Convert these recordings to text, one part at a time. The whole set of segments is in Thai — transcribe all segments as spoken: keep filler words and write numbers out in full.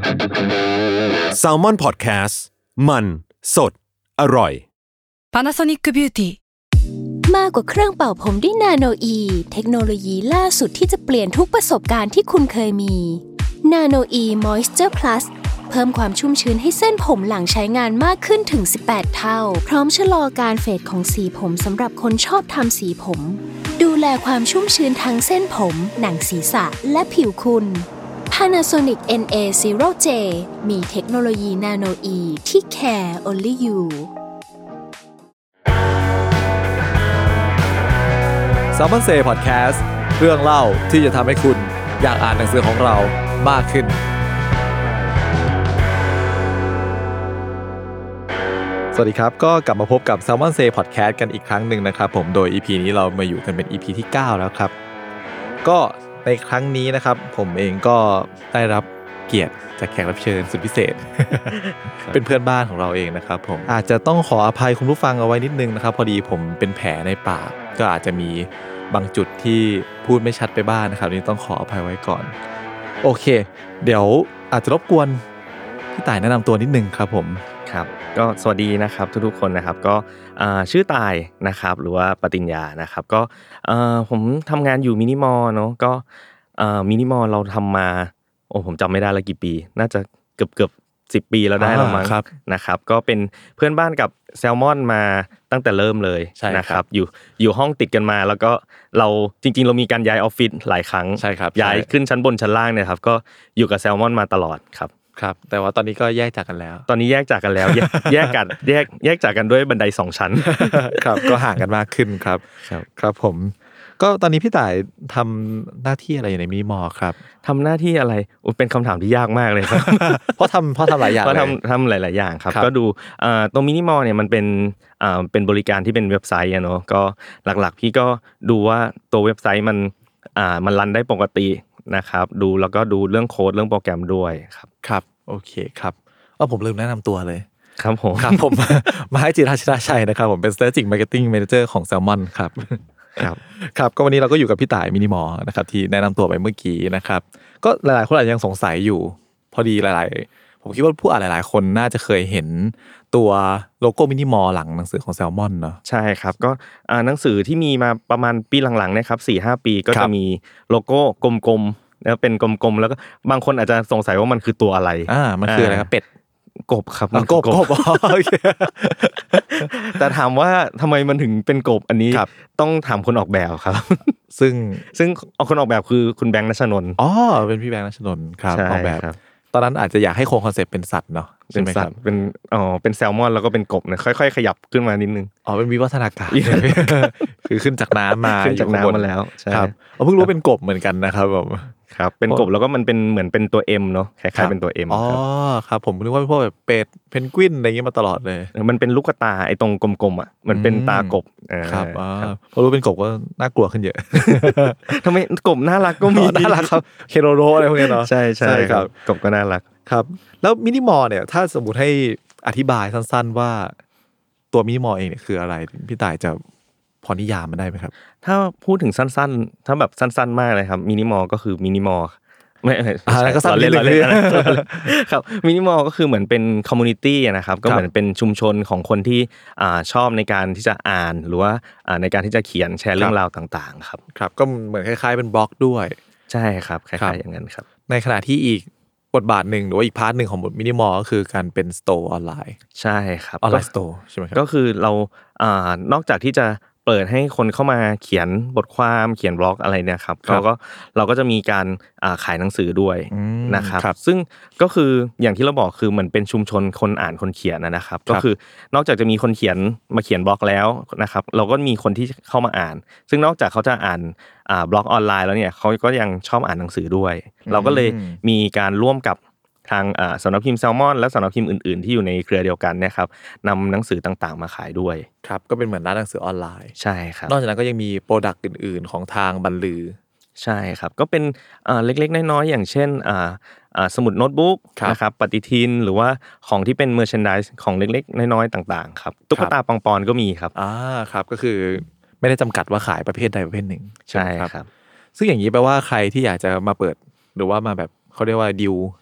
Salmon Podcast มันสดอร่อย Panasonic Beauty มากกว่าเครื่องเป่าผมด้วยนาโนอีเทคโนโลยีล่าสุดที่จะเปลี่ยนทุกประสบการณ์ที่คุณเคยมีนาโนอี Moisture Plus เพิ่มความชุ่มชื้นให้เส้นผมหลังใช้งานมากขึ้นถึงสิบแปดเท่าพร้อมชะลอการเฟดของสีผมสำหรับคนชอบทำสีผมดูแลความชุ่มชื้นทั้งเส้นผมหนังศีรษะและผิวคุณ Panasonic เอ็น เอ ศูนย์ เจ มีเทคโนโลยีนาโนอีที่ care only you Salmon Say Podcast เรื่องเล่าที่จะทำให้คุณอยากอ่านหนังสือของเรามากขึ้นสวัสดีครับก็กลับมาพบกับ Salmon Say Podcast กันอีกครั้งหนึ่งนะครับผมโดย อี พี นี้เรามาอยู่กันเป็น อี พี ที่เก้าแล้วครับก็ในครั้งนี้นะครับผมเองก็ได้รับเกียรติจากแขกรับเชิญสุดพิเศษ เป็นเพื่อนบ้านของเราเองนะครับผมอาจจะต้องขออภัยคุณผู้ฟังเอาไว้นิดนึงนะครับพอดีผมเป็นแผลในปากก็อาจจะมีบางจุดที่พูดไม่ชัดไปบ้าง นะครับนี่ต้องขออภัยไว้ก่อนโอเคเดี๋ยวอาจจะรบกวนพี่ต่ายแนะนำตัวนิดนึงครับผมครับก็สวัสดีนะครับทุกๆคนนะครับก็ชื่อตายนะครับหรือว่าปฏิญญานะครับก็ผมทำงานอยู่มินิมอลเนาะก็มินิมอลเราทำมาโอ้ผมจำไม่ได้ละกี่ปีน่าจะเกือบเกือบสิบปีแล้วได้แล้วมั้งนะครับก็เป็นเพื่อนบ้านกับแซลมอนมาตั้งแต่เริ่มเลยนะครับอยู่อยู่ห้องติดกันมาแล้วก็เราจริงๆเรามีการย้ายออฟฟิศหลายครั้งย้ายขึ้นชั้นบนชั้นล่างเนี่ยครับก็อยู่กับแซลมอนมาตลอดครับครับแต่ว่าตอนนี้ก็แยกจากกันแล้วตอนนี้แยกจากกันแล้วแยกกันแยกแยกจากกันด้วยบันไดสองชั้นครับก็ห่างกันมากขึ้นครับครับผมก็ตอนนี้พี่ต่ายทำหน้าที่อะไรอยู่ในมินิมอลครับทำหน้าที่อะไรเป็นคำถามที่ยากมากเลยครับเพราะทำเพราะทำหลายอย่างเพราะทำทำหลายๆอย่างครับก็ดูตรงมินิมอลเนี่ยมันเป็นเป็นบริการที่เป็นเว็บไซต์อะเนาะก็หลักๆพี่ก็ดูว่าตัวเว็บไซต์มันมันรันได้ปกตินะครับดูแล้วก็ดูเรื่องโค้ดเรื่องโปรแกรมด้วยครับครับโอเคครับอ๋อผมลืมแนะนำตัวเลยครับผมครับผมมหาจิราชนาชัยนะครับผมเป็น Strategic Marketing Manager ของ Salmon ครับครับครับก็วันนี้เราก็อยู่กับพี่ต่ายมินิมอลนะครับที่แนะนำตัวไปเมื่อกี้นะครับก็หลายๆคนอาจจะยังสงสัยอยู่พอดีหลายๆผมคิดว่าผู้อ่านหลายๆคนน่าจะเคยเห็นตัวโลโก้มินิมอลหลังหนังสือของ Salmon เนาะใช่ครับก็หนังสือที่มีมาประมาณปีหลังๆนะครับ สี่ห้า ปีก็จะมีโลโก้กลมๆแล้วเป็นกลมๆแล้วก็บางคนอาจจะสงสัยว่ามันคือตัวอะไรอ่ามันคืออะไรครับเป็ดกบครับกบกบโอเคแต่ถามว่าทำไมมันถึงเป็นกบอันนี้ต้องถามคนออกแบบครับซึ่งซึ่งเอาคนออกแบบคือคุณแบงค์ณชนนท์อ๋อเป็นพี่แบงค์ณชนนท์ครับออกแบบตอนนั้นอาจจะอยากให้โครงคอนเซ็ปต์เป็นสัตว์เนาะเป็นสัตว์เป็นอ๋อเป็นแซลมอนแล้วก็เป็นกบเนี่ยค่อยๆขยับขึ้นมานิดนึงอ๋อเป็นวิวัฒนาการคือขึ้นจากน้ำมาขึ้นจากน้ำมาแล้วใช่ครับเพิ่งรู้เป็นกบเหมือนกันนะครับผมครับเป็นกบแล้วก็มันเป็นเหมือนเป็นตัว M เนาะคล้ายๆเป็นตัว M อ๋อครับผมนึกว่าเป็นพวกแบบเป็ดเพนกวินอะไรอย่างงี้มาตลอดเลยมันเป็นลูกตาไอ้ตรงกลมๆอ่ะมันเป็นตากบครับอ๋อพอรู้เป็นกบก็น่ากลัวขึ้นเยอะทำไมกบน่ารักก็มีน่ารักครับเคโรโรอะไรพวกนี้เนาะใช่ๆครับกบก็น่ารักครับแล้วมินิมอลเนี่ยถ้าสมมุติให้อธิบายสั้นๆว่าตัวมินิมอลเองเนี่ยคืออะไรพี่ต่ายจะพอนิยามมันได้ไหมครับถ้าพูดถึงสั้นๆถ้าแบบสั้นๆมากเลยครับมินิมอลก็คือมินิมอลไม่อ่าก็สั้นเล่นเลยครับมินิมอลก็คือเหมือนเป็นคอมมูนิตี้นะครับก็เหมือนเป็นชุมชนของคนที่อ่าชอบในการที่จะอ่านหรือว่าอ่าในการที่จะเขียนแชร์เรื่องราวต่างๆครับครับก็เหมือนคล้ายๆเป็นบล็อกด้วยใช่ครับคล้ายๆอย่างนั้นครับในขณะที่อีกบทบาทหนึ่งหรือว่าอีกพาร์ทหนึ่งของบทมินิมอลก็คือการเป็นสโตร์ออนไลน์ใช่ครับออนไลน์สโตร์ใช่ไหมครับก็คือเราอ่านอกจากที่จะเปิดให้คนเข้ามาเขียนบทความเขียนบล็อกอะไรเนี่ยครับเราก็เราก็จะมีการขายหนังสือด้วยนะครับซึ่งก็คืออย่างที่เราบอกคือเหมือนเป็นชุมชนคนอ่านคนเขียนนะครับก็คือนอกจากจะมีคนเขียนมาเขียนบล็อกแล้วนะครับเราก็มีคนที่เข้ามาอ่านซึ่งนอกจากเขาจะอ่านบล็อกออนไลน์แล้วเนี่ยเขาก็ยังชอบอ่านหนังสือด้วยเราก็เลยมีการร่วมกับทางสำนักพิมพ์แซลมอนและสำนักพิมพ์อื่นๆที่อยู่ในเครือเดียวกันนะครับนำหนังสือต่างๆมาขายด้วยครับก็เป็นเหมือนร้านหนังสือออนไลน์ใช่ครับนอกจากนั้นก็ยังมีโปรดักต์อื่นๆของทางบรรลือใช่ครับก็เป็นเล็กๆน้อยๆอย่างเช่นสมุดโน้ตบุ๊กนะครับปฏิทินหรือว่าของที่เป็นเมอร์แชนไดส์ของเล็กๆน้อยๆต่างๆครับตุ๊กตาปังปอนก็มีครับอ่าครับก็คือไม่ได้จำกัดว่าขายประเภทใดประเภทหนึ่งใช่ครับซึ่งอย่างนี้แปลว่าใครที่อยากจะมาเปิดหรือว่ามาแบบเขาเรียกว่าดิว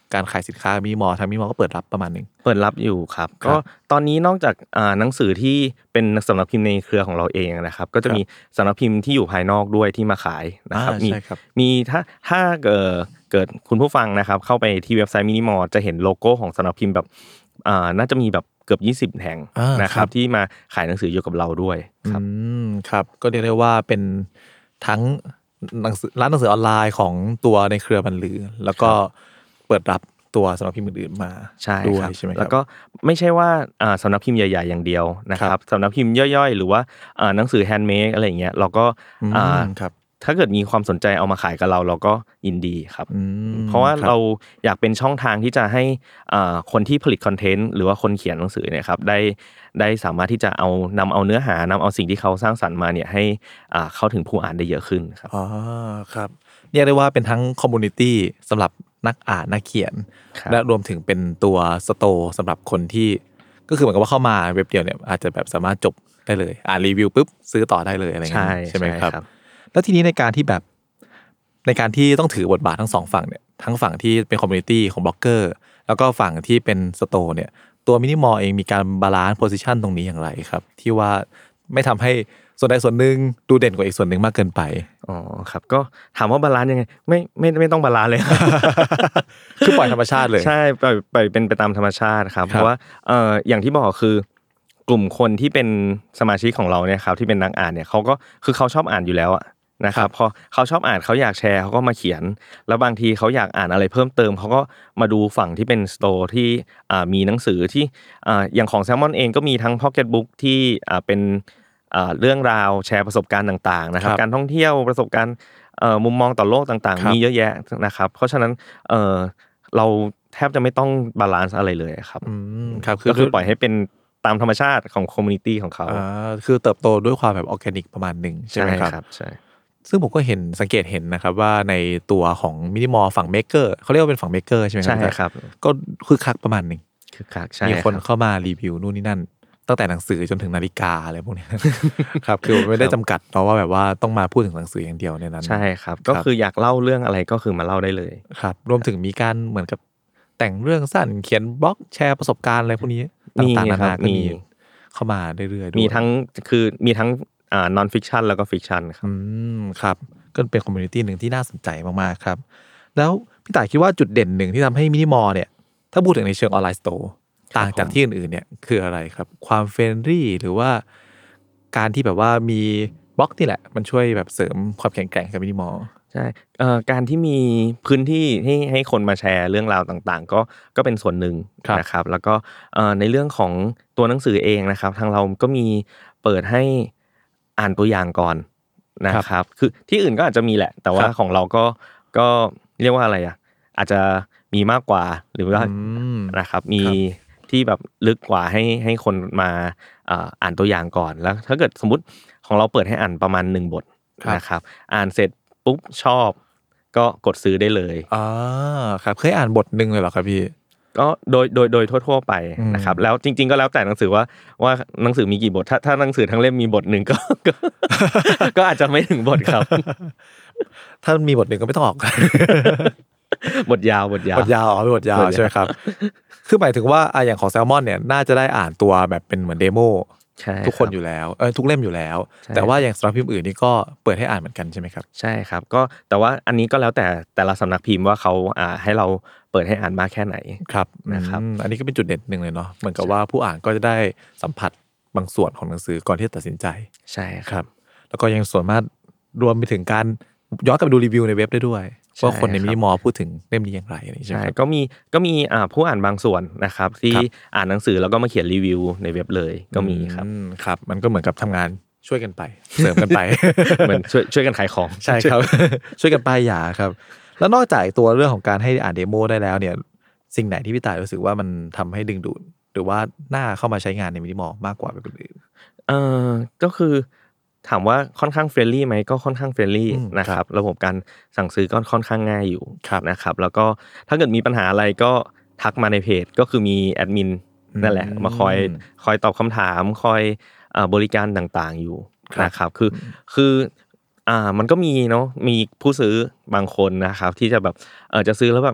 การขายสินค้ามินิมอลทางมินิมอลก็เปิดรับประมาณนึงเปิดรับอยู่ครับก็ตอนนี้นอกจากอ่าหนังสือที่เป็นสำนักพิมพ์ในเครือของเราเองนะครับก็จะมีสำนักพิมพ์ที่อยู่ภายนอกด้วยที่มาขายนะครับมีมีถ้าถ้าเกิดเกิดคุณผู้ฟังนะครับเข้าไปที่เว็บไซต์มินิมอลจะเห็นโลโก้ของสำนักพิมพ์แบบอ่าน่าจะมีแบบเกือบยี่สิบแห่งนะครับที่มาขายหนังสืออยู่กับเราด้วยครับอืมครับก็เรียกได้ว่าเป็นทั้งหนังสือร้านหนังสือออนไลน์ของตัวในเครือบรรลือแล้วก็เปิดรับตัวสำนักพิมพ์อื่นๆมาด้วยใช่ไหมครับแล้วก็ไม่ใช่ว่าอ่าสำนักพิมพ์ใหญ่ๆอย่างเดียวนะครับสำนักพิมพ์ย่อยๆหรือว่าอ่าหนังสือแฮนด์เมดอะไรอย่างเงี้ยเราก็อ่าถ้าเกิดมีความสนใจเอามาขายกับเราเราก็ยินดีครับเพราะว่าเราอยากเป็นช่องทางที่จะให้อ่าคนที่ผลิตคอนเทนต์หรือว่าคนเขียนหนังสือเนี่ยครับได้ได้สามารถที่จะเอานำเอาเนื้อหานำเอาสิ่งที่เขาสร้างสรรค์มาเนี่ยให้อ่าเข้าถึงผู้อ่านได้เยอะขึ้นครับอ๋อครับเรียกได้ว่าเป็นทั้งคอมมูนิตี้สำหรับนักอ่านนักเขียนและรวมถึงเป็นตัวสโตร์สำหรับคนที่ก็คือเหมือนกับว่าเข้ามาเว็บเดียวเนี่ยอาจจะแบบสามารถจบได้เลยอ่านรีวิวปุ๊บซื้อต่อได้เลยอะไรเงี้ยใช่ไหมครับแล้วทีนี้ในการที่แบบในการที่ต้องถือบทบาททั้งสองฝั่งเนี่ยทั้งฝั่งที่เป็นคอมมูนิตี้ของบล็อกเกอร์แล้วก็ฝั่งที่เป็นสโตร์เนี่ยตัวมินิมอลเองมีการบาลานซ์โพสิชันตรงนี้อย่างไรครับที่ว่าไม่ทำให้ส่วนใดส่วนหนึ่งดูเด่นกว่าอีกส่วนหนึ่งมากเกินไปอ๋อครับก็ถามว่าบาลานซ์ยังไงไม่ไม่ไม่ต้องบาลานซ์เลยคือปล่อยธรรมชาติเลยใช่ปล่อยปล่อยเป็นไปตามธรรมชาติครับเพราะว่าเอ่ออย่างที่บอกคือกลุ่มคนที่เป็นสมาชิกของเราเนี่ยครับที่เป็นนักอ่านเนี่ยเขาก็คือเขาชอบอ่านอยู่แล้วอะนะครับพอเขาชอบอ่านเขาอยากแชร์เขาก็มาเขียนแล้วบางทีเขาอยากอ่านอะไรเพิ่มเติมเขาก็มาดูฝั่งที่เป็นสโตร์ที่อ่ามีหนังสือที่อ่าอย่างของ Salmon เองก็มีทั้ง Pocket Book ที่อ่าเป็นอ่าเรื่องราวแชร์ประสบการณ์ต่างๆนะครับการท่องเที่ยวประสบการณ์เอ่อมุมมองต่อโลกต่างๆมีเยอะแยะนะครับเพราะฉะนั้นเอ่อเราแทบจะไม่ต้องบาลานซ์อะไรเลยครับอืมครับก็คือปล่อยให้เป็นตามธรรมชาติของคอมมูนิตี้ของเขาอ่าคือเติบโตด้วยความแบบออร์แกนิกประมาณนึงใช่มั้ยครับใช่ซึ่งผมก็เห็นสังเกตเห็นนะครับว่าในตัวของมินิมอลฝั่งเมกเกอร์เขาเรียกว่าเป็นฝั่งเมกเกอร์ใช่ไหมครับใช่ครับก็คือคักประมาณนึงคือคักใช่มีคนเข้ามารีวิวนู่นนี่นั่นตั้งแต่หนังสือจนถึงนาฬิกาอะไรพวกนี้ครับคือไม่ได้จำกัดเนาะว่าแบบว่าต้องมาพูดถึงหนังสืออย่างเดียวในนั้นใช่ครับก็คืออยากเล่าเรื่องอะไรก็คือมาเล่าได้เลยครับรวมถึงมีการเหมือนกับแต่งเรื่องสั้นเขียนบล็อกแชร์ประสบการณ์อะไรพวกนี้ต่างๆนานาก็มีเข้ามาเรื่อยๆมีทั้งคือมีทั้งอ่านอนฟิกชันแล้วก็ฟิกชันครับอืมครับก็เป็นคอมมูนิตี้หนึ่งที่น่าสนใจมากๆครับแล้วพี่ต่ายคิดว่าจุดเด่นหนึ่งที่ทำให้มินิมอลเนี่ยถ้าพูดถึงในเชิงออนไลน์สโตร์ต่างจากที่อื่นๆเนี่ยคืออะไรครับความเฟรนลี่หรือว่าการที่แบบว่ามีบล็อกนี่แหละมันช่วยแบบเสริมความแข็งแกร่งกับมินิมอลใช่เอ่อการที่มีพื้นที่ให้ให้คนมาแชร์เรื่องราวต่างๆก็ก็เป็นส่วนหนึ่งนะครับแล้วก็เอ่อในเรื่องของตัวหนังสือเองนะครับทางเราก็มีเปิดให้อ่านตัวอย่างก่อนนะครับคือที่อื่นก็อาจจะมีแหละแต่ว่าของเราก็ก็เรียกว่าอะไรอ่ะอาจจะมีมากกว่าหรือว่านะครับมีที่แบบลึกกว่าให้ให้คนมาอ่านตัวอย่างก่อนแล้วถ้าเกิดสมมุติของเราเปิดให้อ่านประมาณหนึ่งบทนะครับอ่านเสร็จปุ๊บชอบก็กดซื้อได้เลยอ๋อครับเคยอ่านบทนึงเลยเหรอครับพี่ก็โดยโดยโดยทั่วๆไปนะครับแล้วจริงๆก็แล้วแต่หนังสือว่าว่าหนังสือมีกี่บทถ้าถ้าหนังสือทั้งเล่มมีบทนึงก็ก็อาจจะไม่ถึงบทครับถ้ามีบทนึงก็ไม่ต้องออกบทยาวบทยาวบทยาวอ๋อบทยาวใช่มั้ยครับคือหมายถึงว่าอ่ะอย่างของ Salmon เนี่ยน่าจะได้อ่านตัวแบบเป็นเหมือนเดโมทุกคนอยู่แล้วเออทุกเล่มอยู่แล้วแต่ว่าอย่างสำนักพิมพ์อื่นนี่ก็เปิดให้อ่านเหมือนกันใช่ไหมครับใช่ครับก็แต่ว่าอันนี้ก็แล้วแต่แต่ละสำนักพิมพ์ว่าเขาอ่าให้เราเปิดให้อ่านมากแค่ไหนครับนะครับอันนี้ก็เป็นจุดเด่นหนึ่งเลยเนาะเหมือนกับว่าผู้อ่านก็จะได้สัมผัสบางส่วนของหนังสือก่อนที่จะตัดสินใจใช่ครับแล้วก็ยังสามารถรวมไปถึงการย้อนกลับไปดูรีวิวในเว็บได้ด้วยว่าคนในมินิมอลพูดถึงเล่มนี้อย่างไรใช่ไหมก็มีก็มีอ่าผู้อ่านบางส่วนนะครับที่อ่านหนังสือแล้วก็มาเขียนรีวิวในเว็บเลยก็มีครับครับมันก็เหมือนกับทำงานช่วยกันไปเสริมกันไปเหมือนช่วยช่วยกันขายของใช่ครับช่วยกันป้ายยาครับแล้วนอกจากตัวเรื่องของการให้อ่านเดโมได้แล้วเนี่ยสิ่งไหนที่พี่ต่ายรู้สึกว่ามันทำให้ดึงดูดหรือว่าน่าเข้ามาใช้งานในมินิมอลมากกว่าแบบอื่นเอ่อก็คือถามว่าค่อนข้างเฟรนลี่ไหมก็ค่อนข้างเฟรนลี่นะครับระบบการสั่งซื้อก็ค่อนข้างง่ายอยู่นะครับแล้วก็ถ้าเกิดมีปัญหาอะไรก็ทักมาในเพจก็คือมีแอดมินนั่นแหละมาคอยคอยตอบคำถามคอยบริการต่างๆอยู่นะครับคือคืออ่ามันก็มีเนาะมีผู้ซื้อบางคนนะครับที่จะแบบเออจะซื้อแล้วแบบ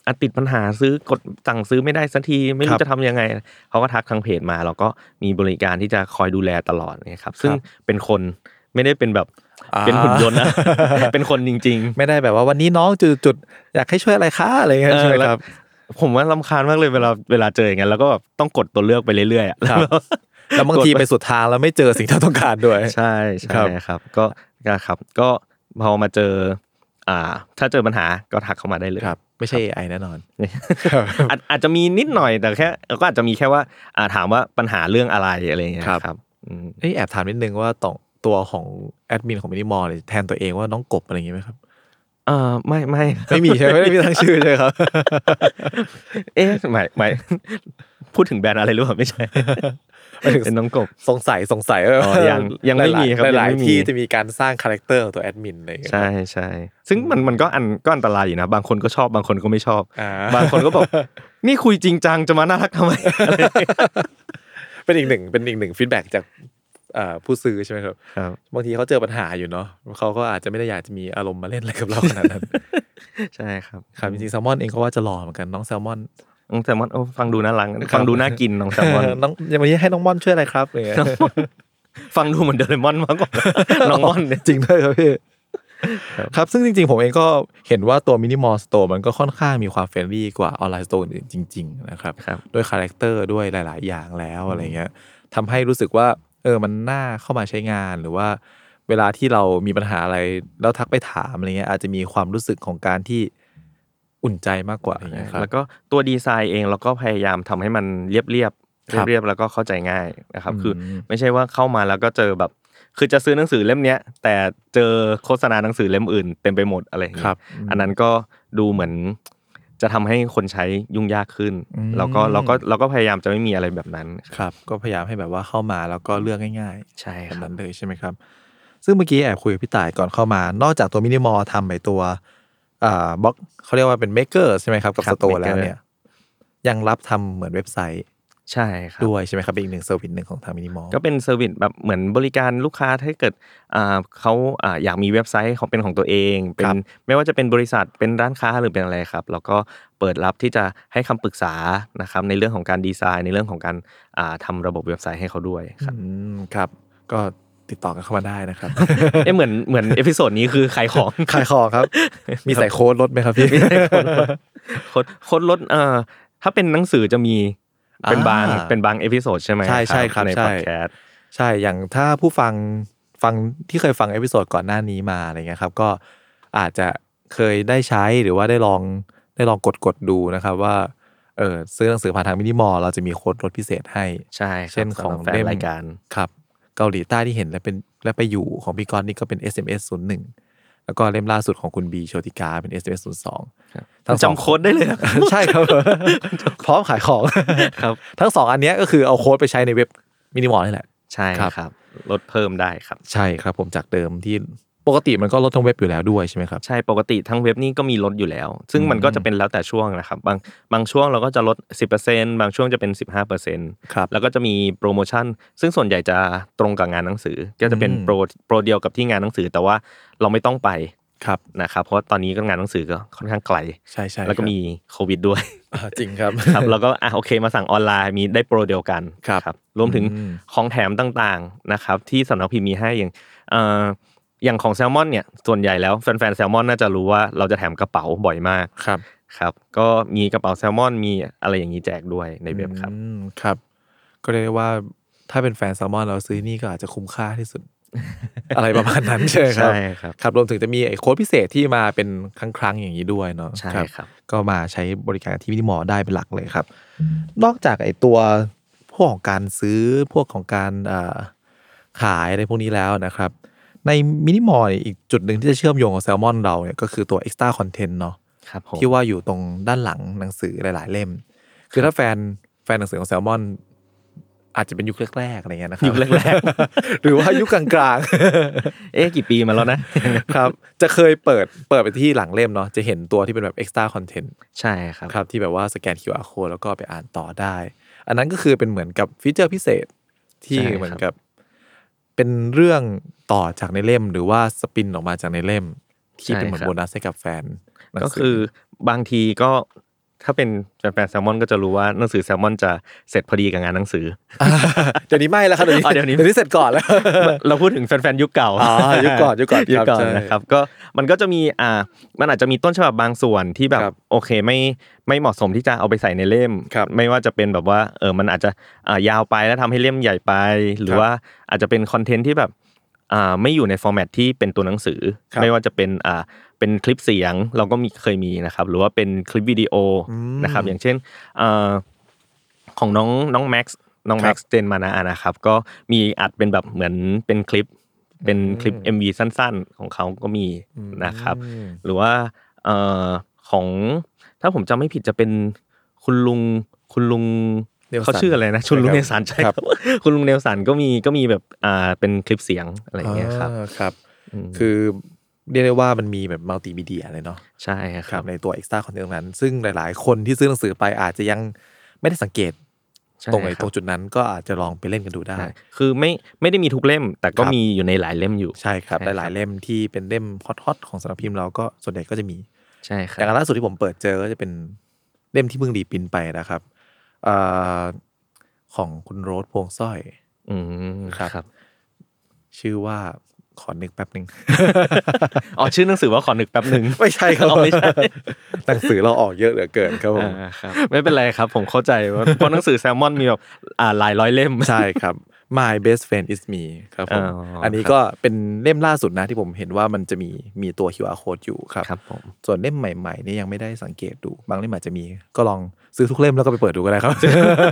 อ่ะติดปัญหาซื้อกดสั่งซื้อไม่ได้สักทีไม่รู้จะทำยังไงเขาก็ทักทางเพจมาเราก็มีบริการที่จะคอยดูแลตลอดนะครับซึ่งเป็นคนไม่ได้เป็นแบบเป็นหุ่นยนต์นะเป็นคนจริงๆไม่ได้แบบว่าวันนี้น้องจุดๆอยากให้ช่วยอะไรคะอะไรเงี้ยใช่มั้ยครับผมว่ารำคาญมากเลยเวลาเวลาเจออย่างเงี้ยแล้วก็แบบต้องกดตัวเลือกไปเรื่อยๆอ่ะแล้วบางทีไปสุดทางแล้วไม่เจอสิ่งที่ต้องการด้วยใช่ใช่ครับก็ครับก็พอมาเจออ่าถ้าเจอปัญหาก็ทักเข้ามาได้เลยครับไม่ใช่ เอ ไอ แน่นอนอาจจะมีนิดหน่อยแต่แค่ก็อาจจะมีแค่ว่าอ่าถามว่าปัญหาเรื่องอะไรอะไรอย่างเงี้ยครับอืมเอ้ยแอบถามนิดนึงว่าต่อตัวของแอดมินของ Minimall เนี่ยแทนตัวเองว่าน้องกบอะไรอย่างงี้มั้ยครับเอ่อไม่ไม่ไม่มีใช่มั้ยไม่ได้มีทั้งชื่อใช่ครับเอ๊ะหมายหมายพูดถึงแบรนด์อะไรหรือเปล่าไม่ใช่เป็นน้องกบสงสัยสงสัยเออยังยังไม่มีครับหลายๆที่จะมีการสร้างคาแรคเตอร์ของตัวแอดมินอะไรอย่างเงี้ยใช่ๆซึ่งมันมันก็อันก็อันตรายอยู่นะบางคนก็ชอบบางคนก็ไม่ชอบบางคนก็บอกนี่คุยจริงจังจะมาน่ารักทำไมเป็นอีกหนึ่งเป็นอีกหนึ่งฟีดแบ็กจากอ่าผู้ซื้อใช่มั้ยครับบางทีเขาเจอปัญหาอยู่เนาะเขาก็อาจจะไม่ได้อยากจะมีอารมณ์มาเล่นอะไรกับเราขนาดนั้นใช่ครับครับจริงๆแซลมอนเองก็ว่าจะหล่อเหมือนกันน้องแซลมอนน้องแซลมอนโอ้ฟังดูน่ารักฟังดูน่ากินน้องแซลมอนน้องอย่างวันนี้ให้น้องม่อนช่วยอะไรครับอะไรเงี้ยฟังดูเหมือนโดเรมอนมากกว่าน้องม่อนจริงด้วยครับพี่ครับซึ่งจริงๆผมเองก็เห็นว่าตัว Minimal Store มันก็ค่อนข้างมีความเฟรนลี่กว่าออนไลน์สโตร์อื่นจริงๆนะครับด้วยคาแรคเตอร์ด้วยหลายๆอย่างแล้วอะไรเงี้ยทำให้รู้สึกว่าเออมันน่าเข้ามาใช้งานหรือว่าเวลาที่เรามีปัญหาอะไรแล้วทักไปถามอะไรเงี้ยอาจจะมีความรู้สึกของการที่อุ่นใจมากกว่าอย่างเงี้ยครับแล้วก็ตัวดีไซน์เองเราก็พยายามทำให้มันเรียบเรียบเรียบแล้วก็เข้าใจง่ายนะครับคือไม่ใช่ว่าเข้ามาแล้วก็เจอแบบคือจะซื้อหนังสือเล่มเนี้ยแต่เจอโฆษณาหนังสือเล่มอื่นเต็มไปหมดอะไรอย่างเงี้ยอันนั้นก็ดูเหมือนจะทำให้คนใช้ยุ่งยากขึ้นแล้วก็เราก็เราก็พยายามจะไม่มีอะไรแบบนั้นครับก็พยายามให้แบบว่าเข้ามาแล้วก็เลือกง่ายๆใช่ครับนั้นเลยใช่ไหมครับซึ่งเมื่อกี้แอบคุยกับพี่ต่ายก่อนเข้ามานอกจากตัว Minimal ทำไปตัวอ่าบล็อกเขาเรียกว่าเป็น Maker ใช่ไหมครับกับ Store แล้วเนี่ยยังรับทำเหมือนเว็บไซต์ใช่ครับด้วยใช่ไหมครับเป็นอีกหนึ่งเซอร์วิสหนึ่งของทาง Minimal ก็เป็นเซอร์วิสแบบเหมือนบริการลูกค้าถ้าเกิดอ่าเขาอ่าอยากมีเว็บไซต์ของเป็นของตัวเองเป็นไม่ว่าจะเป็นบริษัทเป็นร้านค้าหรือเป็นอะไรครับแล้วก็เปิดรับที่จะให้คำปรึกษานะครับในเรื่องของการดีไซน์ในเรื่องของการอ่าทำระบบเว็บไซต์ให้เขาด้วยครับอืมครับก็ติดต่อกันเข้ามาได้นะครับเอ๊ะเหมือนเหมือนเอพิโซดนี้คือขายของขายของครับมีใส่โค้ดลดมั้ยครับพี่โค้ดโค้ดลดเอ่อถ้าเป็นหนังสือจะมีเป็นบางเป็นบางเอพิโซดใช่มั้ยใช่ๆครับในพอดแคสต์ใช่อย่างถ้าผู้ฟังฟังที่เคยฟังเอพิโซดก่อนหน้านี้มาอะไรเงี้ยครับก็อาจจะเคยได้ใช้หรือว่าได้ลองได้ลองกดๆดูนะครับว่าเอ่อซื้อหนังสือผ่านทาง Minimal เราจะมีโค้ดลดพิเศษให้ใช่เช่นของเล่มรายการครับเกาหลีใต้ที่เห็นและเป็นและไปอยู่ของพี่กรณ์นี่ก็เป็น เอส เอ็ม เอส ศูนย์หนึ่งแล้วก็เล่มล่าสุดของคุณบีโชติกาเป็น เอส เอ็ม เอส ศูนย์สองทั้งจำโค้ดได้เลยใช่ครับพร้อมขายของครับทั้งสองอันนี้ก็คือเอาโค้ดไปใช้ในเว็บ Minimal นี่แหละใช่ครับลดเพิ่มได้ครับใช่ครับผมจากเดิมที่ปกติมันก็ลดทั้งเว็บอยู่แล้วด้วยใช่ไหมครับใช่ปกติทั้งเว็บนี่ก็มีลดอยู่แล้วซึ่งมันก็จะเป็นแล้วแต่ช่วงนะครับบางบางช่วงเราก็จะลด สิบเปอร์เซ็นต์ บางช่วงจะเป็น สิบห้าเปอร์เซ็นต์ครับแล้วก็จะมีโปรโมชั่นซึ่งส่วนใหญ่จะตรงกับงานหนังสือก็จะเป็นโปรโปรเดียวกับที่งานหนังสือแต่ว่าเราไม่ต้องไปครับนะครับเพราะตอนนี้ก็งานหนังสือก็ค่อนข้างไกลใช่ๆแล้วก็มีโควิดด้วยจริงครับครับแล้วก็อ่ะโอเคมาสั่งออนไลน์มีได้โปรเดียวกันครับรวมถึงของแถมต่างๆนะครับที่สำนักพิมพ์มีให้อย่างเอ่ออย่างของแซลมอนเนี่ยส่วนใหญ่แล้วแฟนๆแซลมอนน่าจะรู้ว่าเราจะแถมกระเป๋าบ่อยมากครับครับก็มีกระเป๋าแซลมอนมีอะไรอย่างนี้แจกด้วยในเว็บครับอืมครับก็เรียกว่าถ้าเป็นแฟนแซลมอนเราซื้อนี่ก็อาจจะคุ้มค่าที่สุดอะไรประมาณนั้นใช่ครับใช่ครับครับรวมถึงจะมีไอ้โค้ดพิเศษที่มาเป็นครั้งๆอย่างนี้ด้วยเนาะใช่ครับก็มาใช้บริการที่ Minimal ได้เป็นหลักเลยครับนอกจากไอ้ตัวพวกของการซื้อพวกของการอ่าขายอะไรพวกนี้แล้วนะครับใน Minimal อีกจุดนึงที่จะเชื่อมโยงกับแซลมอนเราเนี่ยก็คือตัว Extra Content เนาะที่ว่าอยู่ตรงด้านหลังหนังสือหลายๆเล่มคือถ้าแฟนแฟนหนังสือของแซลมอนอาจจะเป็นยุคแรกๆอะไรเงี้ยนะครับยุคแรกๆหรือว่ายุคกลางๆเอ๊ะกี่ปีมาแล้วนะครับจะเคยเปิดเปิดไปที่หลังเล่มเนาะจะเห็นตัวที่เป็นแบบ extra content ใช่ครับครับที่แบบว่าสแกน คิว อาร์ code แล้วก็ไปอ่านต่อได้อันนั้นก็คือเป็นเหมือนกับฟีเจอร์พิเศษที่เหมือนกับเป็นเรื่องต่อจากในเล่มหรือว่าสปินออกมาจากในเล่มที่เป็นเหมือนโบนัสให้กับแฟนก็คือบางทีก็ถ้าเป็นแฟนๆแซลมอนก็จะรู้ว่าหนังสือแซลมอนจะเสร็จพอดีกับงานหนังสือเดี๋ยวนี้ไม่แล้วครับเดี๋ยวนี้เดี๋ยวนี้เสร็จก่อนแล้วเราพูดถึงแฟนๆยุคเก่าอ๋อยุคก่อนยุคก่อนยุคก่อนนะครับก็มันก็จะมีอ่ามันอาจจะมีต้นฉบับบางส่วนที่แบบโอเคไม่ไม่เหมาะสมที่จะเอาไปใส่ในเล่มไม่ว่าจะเป็นแบบว่าเออมันอาจจะอ่ายาวไปแล้วทำให้เล่มใหญ่ไปหรือว่าอาจจะเป็นคอนเทนต์ที่แบบอ่าไม่อยู่ในฟอร์แมตที่เป็นตัวหนังสือไม่ว่าจะเป็นอ่าเป็นคลิปเสียงเราก็มีเคยมีนะครับหรือว่าเป็นคลิปวิดีโอนะครับอย่างเช่นอ่าของน้องน้องแม็กซ์น้องแม็กซ์เจนมานะนะครับก็มีอัดเป็นแบบเหมือนเป็นคลิปเป็นคลิป เอ็ม วี สั้นๆของเขาก็มีนะครับหรือว่าเอ่อของถ้าผมจำไม่ผิดจะเป็นคุณลุงคุณลุงเขาชื่ออะไรนะคุณลุงเนลสันใช่ครับคุณลุงเนลสันก็มีก็มีแบบอ่าเป็นคลิปเสียงอะไรอย่างเงี้ยครับครับคือเรียกได้ว่ามันมีแบบมัลติมีเดียเลยเนาะใช่ครับในตัว Extra Content นั้นซึ่งหลายๆคนที่ซื้อหนังสือไปอาจจะยังไม่ได้สังเกตตรงไหนตรงจุดนั้นก็อาจจะลองไปเล่นกันดูได้คือไม่ไม่ได้มีทุกเล่มแต่ก็มีอยู่ในหลายเล่มอยู่ใช่ครับหลายๆเล่มที่เป็นเล่มฮอตๆของสำนักพิมพ์เราก็ส่วนใหญ่ก็จะมีใช่ครับอย่างล่าสุดที่ผมเปิดเจอก็จะเป็นเล่มที่เพิ่งรีพิมพ์ไปนะครับของคุณโรสพวงสร้อยอืมครับชื่อว่าขอนึกแป๊บนึงอ๋อชื่อหนังสือว่าขอนึกแป๊บนึงไม่ใช่ครับไม่ใช่หนังสือเราออกเยอะเหลือเกินครับผมไม่เป็นไรครับผมเข้าใจว่าเพราะหนังสือแซลมอนมีแบบอ่าหลายร้อยเล่มใช่ครับ My Best Friend Is Me ครับผมอันนี้ก็เป็นเล่มล่าสุดนะที่ผมเห็นว่ามันจะมีมีตัว คิว อาร์ Code อยู่ครับครับผมส่วนเล่มใหม่ๆนี่ยังไม่ได้สังเกตดูบางเล่มอาจจะมีก็ลองซื้อทุกเล่มแล้วก็ไปเปิดดูก็ได้ครับ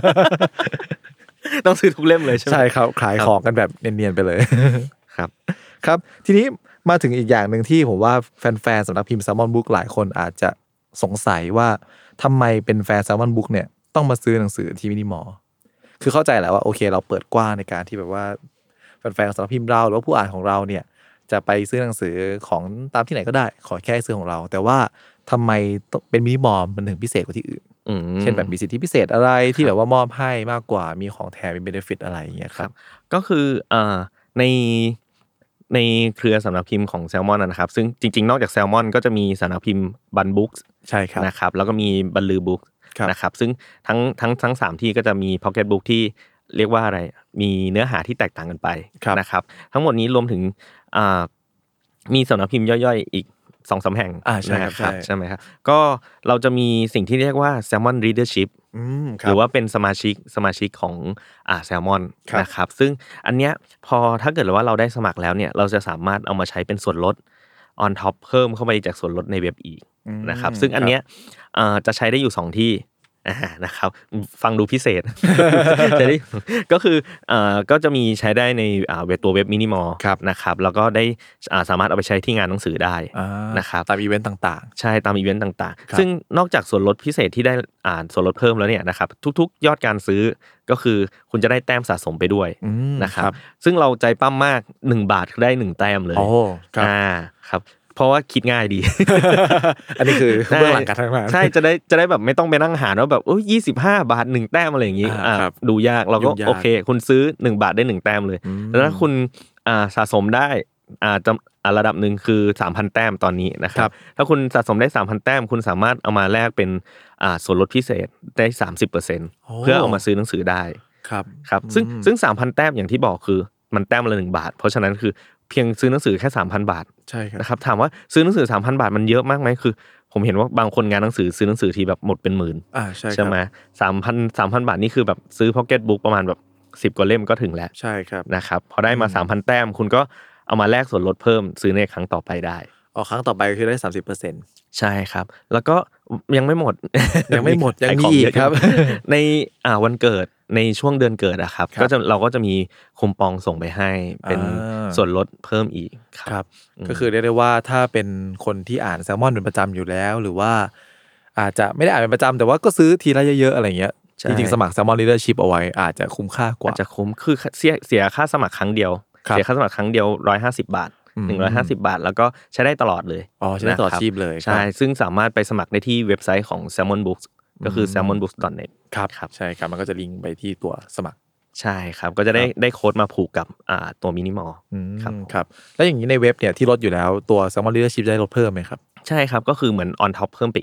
ต้องซื้อทุกเล่มเลยใช่ไหมใช่ครับขายของกันแบบเนียนๆไปเลยครับครับทีนี้มาถึงอีกอย่างหนึ่งที่ผมว่าแฟนๆสำนักพิมพ์ Salmon Book หลายคนอาจจะสงสัยว่าทำไมเป็นแฟน Salmon Book เนี่ยต้องมาซื้อหนังสือที่มินิมอลคือเข้าใจแหละว่าโอเคเราเปิดกว้างในการที่แบบว่าแฟนๆสำนักพิมพ์เราหรือว่าผู้อ่านของเราเนี่ยจะไปซื้อหนังสือของตามที่ไหนก็ได้ขอแค่ซื้อของเราแต่ว่าทำไมเป็นมินิมอลมันถึงพิเศษกว่าที่อื่นเช่นแบบมีสิทธิพิเศษอะไรที่แบบว่ามอบให้มากกว่ามีของแถมมีเบเนฟิตอะไรอย่างเงี้ยครับก็คืออ่าในในเครือสำนักพิมพ์ของแซลมอนนะครับซึ่งจริงๆนอกจากแซลมอนก็จะมีสำนักพิมพ์บันบุ๊กใช่ครับนะครับแล้วก็มีบันลือบุ๊กนะครับซึ่งทั้งทั้งทั้งสามที่ก็จะมีพ็อกเก็ตบุ๊กที่เรียกว่าอะไรมีเนื้อหาที่แตกต่างกันไปนะครับทั้งหมดนี้รวมถึงอ่ามีสำนักพิมพ์ย่อยๆอีก สองสาม แห่งนะครับใช่ไหมครับก็เราจะมีสิ่งที่เรียกว่า Salmon Readership หรือว่าเป็นสมาชิกสมาชิกของอ่า Salmon นะครับซึ่งอันเนี้ยพอถ้าเกิดว่าเราได้สมัครแล้วเนี่ยเราจะสามารถเอามาใช้เป็นส่วนลด on top เพิ่มเข้าไปจากส่วนลดในเว็บอีกนะครับซึ่งอันเนี้ยอ่าจะใช้ได้อยู่สองที่นะครับฟังดูพิเศษจะได้ก็คืออ่าก็จะมีใช้ได้ในอ่าเว็บตัวเว็บมินิมอลนะครับแล้วก็ได้อ่าสามารถเอาไปใช้ที่งานหนังสือได้นะครับตามอีเวนต์ต่างๆใช่ตามอีเวนต์ต่างๆซึ่งนอกจากส่วนลดพิเศษที่ได้อ่าส่วนลดเพิ่มแล้วเนี่ยนะครับทุกๆยอดการซื้อก็คือคุณจะได้แต้มสะสมไปด้วยนะครับซึ่งเราใจปั้มมากหนึ่งบาทได้หนึ่งแต้มเลยโอ้อ่าครับเพราะว่าคิดง่ายดีอันนี้คือเบื้องหลังการทำงานใช่จะได้จะได้แบบไม่ต้องไปนั่งหาว่าแบบโอ้ยยี่สิบห้าบาทหนึ่งแต้มอะไรอย่างงี้อ่าดูยากเราก็โอเคคุณซื้อหนึ่งบาทได้หนึ่งแต้มเลยแล้วถ้าคุณอ่าสะสมได้อ่าจะระดับนึงคือ สามพัน แต้มตอนนี้นะครับถ้าคุณสะสมได้ สามพัน แต้มคุณสามารถเอามาแลกเป็นอ่าส่วนลดพิเศษได้ สามสิบเปอร์เซ็นต์ เพื่อเอามาซื้อหนังสือได้ครับครับซึ่งซึ่ง สามพัน แต้มอย่างที่บอกคือมันแต้มละหนึ่งบาทเพราะฉะนั้นคือเพียงซื้อหนังสือแค่ สามพัน บาทใช่ครับนะครับถามว่าซื้อหนังสือ สามพัน บาทมันเยอะมากมั้ยคือผมเห็นว่าบางคนงานหนังสือซื้อหนังสือทีแบบหมดเป็นหมื่นอ่าใช่ใช่มั้ย สามพัน สามพัน บาทนี่คือแบบซื้อพ็อกเก็ตบุ๊กประมาณแบบสิบกว่าเล่มก็ถึงแล้วใช่ครับนะครับพอได้มา สามพัน แต้มคุณก็เอามาแลกส่วนลดเพิ่มซื้อในครั้งต่อไปได้อ๋อครั้งต่อไปคือได้ สามสิบเปอร์เซ็นต์ใช่ครับแล้วก็ยังไม่หมดยังไม่หมดยังมีอีกครับในอ่าวันเกิดในช่วงเดือนเกิดอะครับก็จะเราก็จะมีคูปองส่งไปให้เป็นส่วนลดเพิ่มอีกครับก็คือเรียกได้ว่าถ้าเป็นคนที่อ่านแซลมอนเป็นประจำอยู่แล้วหรือว่าอาจจะไม่ได้อ่านเป็นประจำแต่ว่าก็ซื้อทีละเยอะๆอะไรเงี้ยจริงๆสมัคร Salmon Readership เอาไว้อาจจะคุ้มค่ากว่าอาจจะคุ้มคือเสียเสียค่าสมัครครั้งเดียวเสียค่าสมัครครั้งเดียวหนึ่งร้อยห้าสิบบาทหนึ่งร้อยห้าสิบบาทแล้วก็ใช้ได้ตลอดเลยอ๋อใช้ได้ตลอดชีพเลยใช่ซึ่งสามารถไปสมัครได้ที่เว็บไซต์ของ Salmon Books ก็คือ แซลมอนบุ๊กส์ ดอท เน็ตครับครับใช่ครับมันก็จะลิงก์ไปที่ตัวสมัครใช่ครับก็จะได้ได้โค้ดมาผูกกับอ่าตัวมินิมอลครับครับแล้วอย่างนี้ในเว็บเนี่ยที่ลดอยู่แล้วตัว Salmon Readership ได้ลดเพิ่มไหมครับใช่ครับก็คือเหมือน on top เพิ่มไปอีก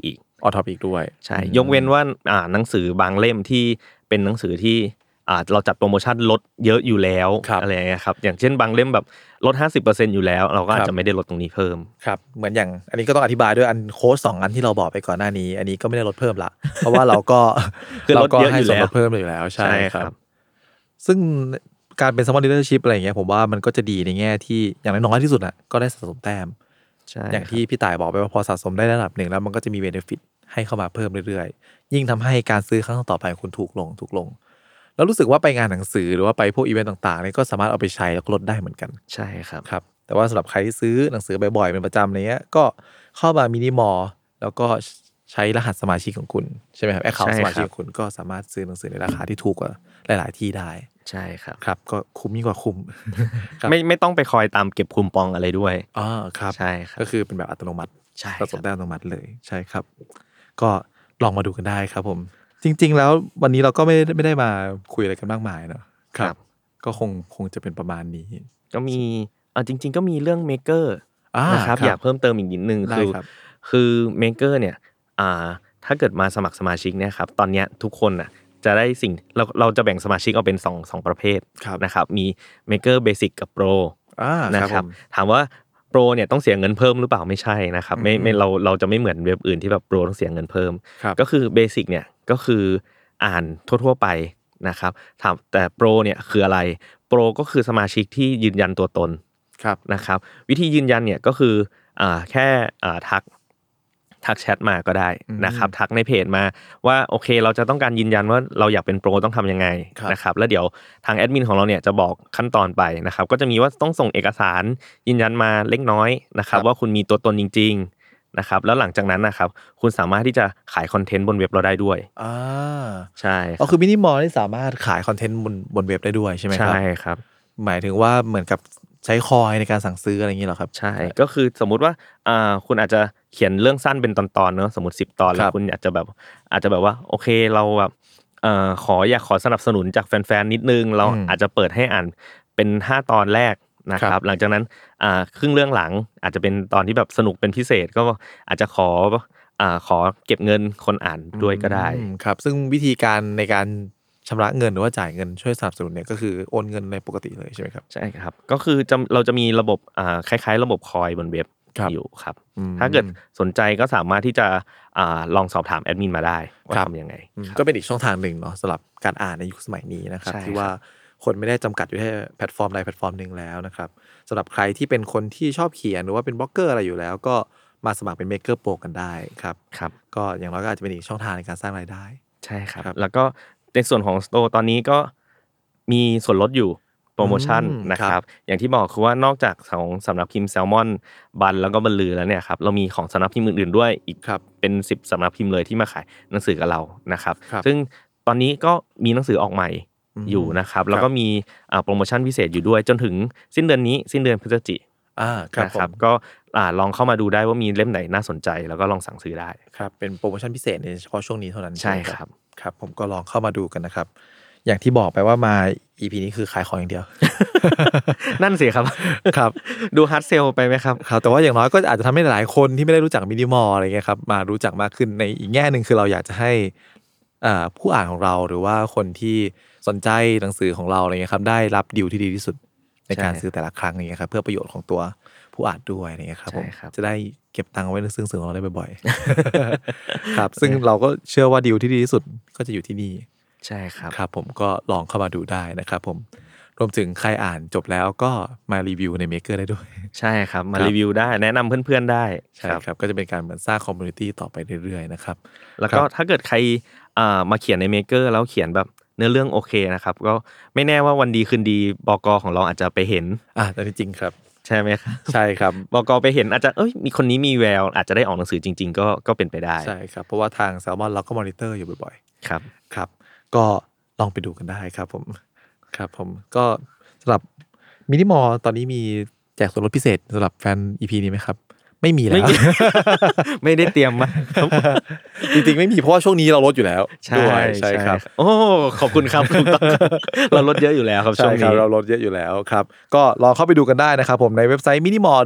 ออท็อปอีกด้วยใช่ยกเว้นว่าอ่าหนังสือบางเล่มที่เป็นหนังสือที่อ่าเราจัดโปรโมชั่นลดเยอะอยู่แล้วอะไรอย่างเงี้ยครับอย่างเช่นบางเล่มแบบลด ห้าสิบเปอร์เซ็นต์ อยู่แล้วเราก็อาจจะไม่ได้ลดตรงนี้เพิ่มครับเหมือนอย่างอันนี้ก็ต้องอธิบายด้วยอันโค้ดสองอันที่เราบอกไปก่อนหน้านี้อันนี้ก็ไม่ได้ลดเพิ่มละเพราะว่าเราก็เราก็ให้ส่วนลดเพิ่มอยู่แล้วใช่ครับซึ่งการเป็น Salmon Leadership อะไรอย่างเงี้ยผมว่ามันก็จะดีในแง่ที่อย่างน้อยที่สุดน่ะก็ได้สะสมแต้มอย่างที่พี่ต่ายบอกไปว่าพอสะสมได้ระดับหนึ่งแล้วมันก็จะมี benefit ให้เข้ามาเพิ่มเรื่อยๆยิ่งทำให้การซื้อครั้งต่อไปคุณถูกลงถูกลงแล้วรู้สึกว่าไปงานหนังสือหรือว่าไปพวกอีเวนต์ต่างๆนี่ก็สามารถเอาไปใช้แล้วก็ลดได้เหมือนกันใช่ครับครับแต่ว่าสำหรับใครที่ซื้อหนังสือบ่อยๆเป็นประจำอะไรเงี้ยก็เข้ามามินิมอลแล้วก็ใช้รหัสสมาชิกของคุณใช่ไหมครับแอคเคาท์สมาชิกของคุณก็สามารถซื้อหนังสือในราคาที่ถูกกว่าหลายๆที่ได้ใช่ครับครับก็คุ้มยิ่งกว่าคุ้มไม่ไม่ต้องไปคอยตามเก็บคูปองอะไรด้วยอ๋อครับใช่ครับก็คือเป็นแบบอัตโนมัติผสมได้อัตโนมัติเลยใช่ครับก็ลองมาดูกันได้ครับผมจริงๆแล้ววันนี้เราก็ไม่ไม่ได้มาคุยอะไรกันมากมายเนาะครับก็คงคงจะเป็นประมาณนี้ก็มีอ่าจริงๆก็มีเรื่องเมเกอร์นะครับอยากเพิ่มเติมอีกนิดนึงคือคือเมเกอร์เนี่ยอ่าถ้าเกิดมาสมัครสมาชิกเนี่ยครับตอนนี้ทุกคนน่ะจะได้สิ่งเราเราจะแบ่งสมาชิกออกเป็น2 2ประเภทนะครับมี Maker Basic กับ Pro นะครับถามว่า Pro เนี่ยต้องเสียเงินเพิ่มหรือเปล่าไม่ใช่นะครับไม่ไม่เราเราจะไม่เหมือนเว็บอื่นที่แบบ Pro ต้องเสียเงินเพิ่มก็คือ Basic เนี่ยก็คืออ่านทั่วๆไปนะครับถามแต่ Pro เนี่ยคืออะไร Pro ก็คือสมาชิกที่ยืนยันตัวตนนะครับวิธียืนยันเนี่ยก็คืออ่าแค่อ่าทักทักแชทมาก็ได้นะครับทักในเพจมาว่าโอเคเราจะต้องการยืนยันว่าเราอยากเป็นโปรต้องทำยังไงนะครับแล้วเดี๋ยวทางแอดมินของเราเนี่ยจะบอกขั้นตอนไปนะครับก็จะมีว่าต้องส่งเอกสารยืนยันมาเล็กน้อยนะครับว่าคุณมีตัวตนจริงๆนะครับแล้วหลังจากนั้นนะครับคุณสามารถที่จะขายคอนเทนต์บนเว็บเราได้ด้วยอ่าใช่ก็คือมินิมอลนี่สามารถขายคอนเทนต์บนบนเว็บได้ด้วยใช่ไหมครับใช่ครับหมายถึงว่าเหมือนกับใช้คอยในการสั่งซื้ออะไรอย่างนี้เหรอครับใช่ก็คือสมมุติว่าอ่าคุณอาจจะเขียนเรื่องสั้นเป็นตอนๆเนอะสมมุติสิบตอนแล้วคุณอาจจะแบบอาจจะแบบว่าโอเคเราแบบเอ่อขออยากขอสนับสนุนจากแฟนๆนิดนึงเราอาจจะเปิดให้อ่านเป็นห้าตอนแรกนะครับหลังจากนั้นอ่าครึ่งเรื่องหลังอาจจะเป็นตอนที่แบบสนุกเป็นพิเศษก็อาจจะขออ่าขอเก็บเงินคนอ่านด้วยก็ได้ครับซึ่งวิธีการในการชำระเงินหรือว่าจ่ายเงินช่วยสนับสนุนเนี่ยก็คือโอนเงินในปกติเลยใช่ไหมครับใช่ครับก็คือจะเราจะมีระบบอ่าคล้ายๆระบบคอยบนเว็บอยู่ครับถ้าเกิดสนใจก็สามารถที่จะอ่าลองสอบถามแอดมินมาได้ว่าทำยังไงก็เป็นอีกช่องทางหนึ่งเนาะสำหรับการอ่านในยุคสมัยนี้นะครับที่ว่าคนไม่ได้จำกัดอยู่แค่แพลตฟอร์มใดแพลตฟอร์มหนึ่งแล้วนะครับสำหรับใครที่เป็นคนที่ชอบเขียนหรือว่าเป็นบล็อกเกอร์อะไรอยู่แล้วก็มาสมัครเป็น Maker Pro กันได้ครับครับก็อย่างน้อยก็อาจจะเป็นอีกช่องทางในการสร้างรายได้ใช่ครับแล้วก็ในส่วนของ Store ตอนนี้ก็มีส่วนลดอยู่โปรโมชั่นนะครับอย่างที่บอกคือว่านอกจากของสำนักพิมพ์แซลมอนบันแล้วก็บรรลือแล้วเนี่ยครับเรามีของสำนักพิมพ์อื่นๆด้วยอีกเป็นสิบสำนักพิมพ์เลยที่มาขายหนังสือกับเรานะครับซึ่งตอนนี้ก็มีหนังสือออกใหม่อยู่นะครับแล้วก็มีโปรโมชั่นพิเศษอยู่ด้วยจนถึงสิ้นเดือนนี้สิ้นเดือนพฤศจิกายนนะครับก็ลองเข้ามาดูได้ว่ามีเล่มไหนน่าสนใจแล้วก็ลองสั่งซื้อได้ครับเป็นโปรโมชั่นพิเศษในเฉพาะช่วงนี้เท่านั้นใช่ครับครับผมก็ลองเข้ามาดูกันนะครับอย่างที่บอกไปว่ามา อี พี นี้คือขายของอย่างเดียวนั่นสิครับครับดูฮาร์ดเซลไปไหมครับครับแต่ว่าอย่างน้อยก็อาจจะทำให้หลายคนที่ไม่ได้รู้จักมินิมอลอะไรเงี้ยครับมารู้จักมากขึ้นในอีกแง่นึงคือเราอยากจะให้ผู้อ่านของเราหรือว่าคนที่สนใจหนังสือของเราอะไรเงี้ยครับได้รับดีลที่ดีที่สุดในการซื้อแต่ละครั้งอย่างเงี้ยครับเพื่อประโยชน์ของตัวผู้อ่านด้วยอะไรเงี้ยครับผมจะได้เก็บตังค์ไว้ในซื้อของเราได้บ่อยๆครับซึ่งเราก็เชื่อว่าดีลที่ดีที่สุดก็จะอยู่ที่นี่ใช่ครับครับผมก็ลองเข้ามาดูได้นะครับผมรวมถึงใครอ่านจบแล้วก็มารีวิวใน Maker ได้ด้วยใช่ครับมารีวิวได้แนะนำเพื่อนๆได้ใช่ครับก็จะเป็นการเหมือนสร้างคอมมูนิตี้ต่อไปเรื่อยๆนะครับแล้วก็ถ้าเกิดใครอ่ามาเขียนใน Maker แล้วเขียนแบบเนื้อเรื่องโอเคนะครับก็ไม่แน่ว่าวันดีคืนดีบก.ของเราอาจจะไปเห็นอ่าแต่จริงครับใช่ไหมครับใช่ครับบก.ไปเห็นอาจจะเอ้ยมีคนนี้มีแววอาจจะได้ออกหนังสือจริงๆก็ก็เป็นไปได้ใช่ครับเพราะว่าทาง Salmon เราก็มอนิเตอร์อยู่บ่อยๆครับครับก็ลองไปดูกันได้ครับผมครับผมก็สำหรับมินิมอลตอนนี้มีแจกส่วนลดพิเศษสำหรับแฟน อี พี นี้ไหมครับไม่มีแล้วไม่ได้เตรียมมาจริงๆไม่มีเพราะว่าช่วงนี้เราลดอยู่แล้วด้วยใช่ครับโอ้ขอบคุณครับเราลดเยอะอยู่แล้วครับช่วงนี้เราลดเยอะอยู่แล้วครับก็ลองเข้าไปดูกันได้นะครับผมในเว็บไซต์ minimal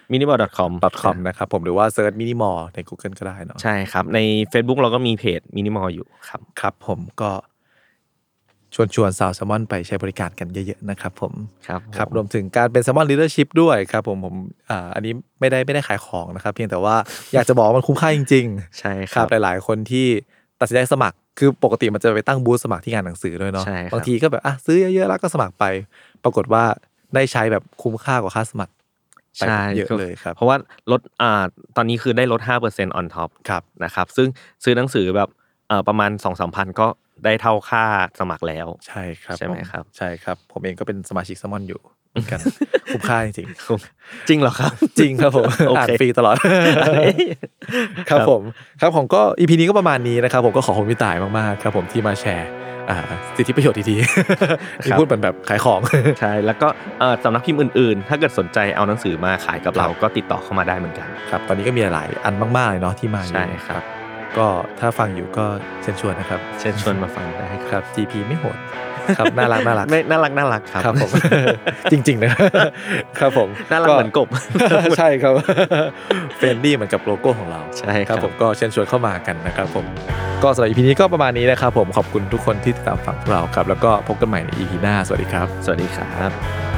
มินิมอล ดอท คอมดอท คอม นะครับผมหรือว่าเซิร์ช Minimall ใน Google ก็ได้เนาะใช่ครับใน Facebook เราก็มีเพจ Minimall อยู่ครับครับผมก็ชวนชวนสาวแซลมอนไปใช้บริการกันเยอะๆนะครับผมครับครับรวมถึงการเป็นแซลมอนลีดเดอร์ชิพด้วยครับผมผมอ่าอันนี้ไม่ได้ไม่ได้ขายของนะครับเพียงแต่ว่าอยากจะบอกว่ามันคุ้มค่าจริงๆใช่ครับหลายๆคนที่ตัดสินใจสมัครคือปกติมันจะไปตั้งบูธสมัครที่งานหนังสือด้วยเนาะบางทีก็แบบอ่ะซื้อเยอะๆแล้วก็สมัครไปปรากฏว่าได้ใช้แบบคุ้มค่ากว่าค่าสมัครใช่เยอะเลยครับเพราะว่าลดอ่าตอนนี้คือได้ลด ห้าเปอร์เซ็นต์ on top ครับนะครับซึ่งซื้อหนังสือแบบเอ่อประมาณ สองถึงสามพัน ก็ได้เท่าค่าสมัครแล้วใช่ครับใช่ไหมครับใช่ครับผมเองก็เป็นสมาชิกแซลมอนอยู่เหมือนกันคุ้มค่าจริงจริงเหรอครับจริงครับผมอ่านฟรีตลอดครับผมครับผมก็ อี พี นี้ก็ประมาณนี้นะครับผมก็ขอบคุณพี่ต่ายมากๆครับผมที่มาแชร์อ่าสิทธิประโยชน์ดีๆที่พูดเหมือนแบบขายของใช่แล้วก็เอ่อสำนักพิมพ์อื่นๆถ้าเกิดสนใจเอาหนังสือมาขายกับเราก็ติดต่อเข้ามาได้เหมือนกันครับตอนนี้ก็มีหลายอันมากๆเลยเนาะที่มาใช่ครับก็ถ้าฟังอยู่ก็เชิญชวนนะครับเชิญชวนมาฟังได้ครับ จี พี ไม่โหดครับน่ารักน่ารักไม่น่ารักน่ารักครับครับผมจริงๆนะครับผมน่ารักเหมือนกบใช่ครับเฟรนดี้เหมือนกับโลโก้ของเราใช่ครับผมก็เชิญชวนเข้ามากันนะครับผมก็สำหรับ อี พี นี้ก็ประมาณนี้นะครับผมขอบคุณทุกคนที่ติดตามฟังพวกเราครับแล้วก็พบกันใหม่ใน อี พี หน้าสวัสดีครับสวัสดีครับ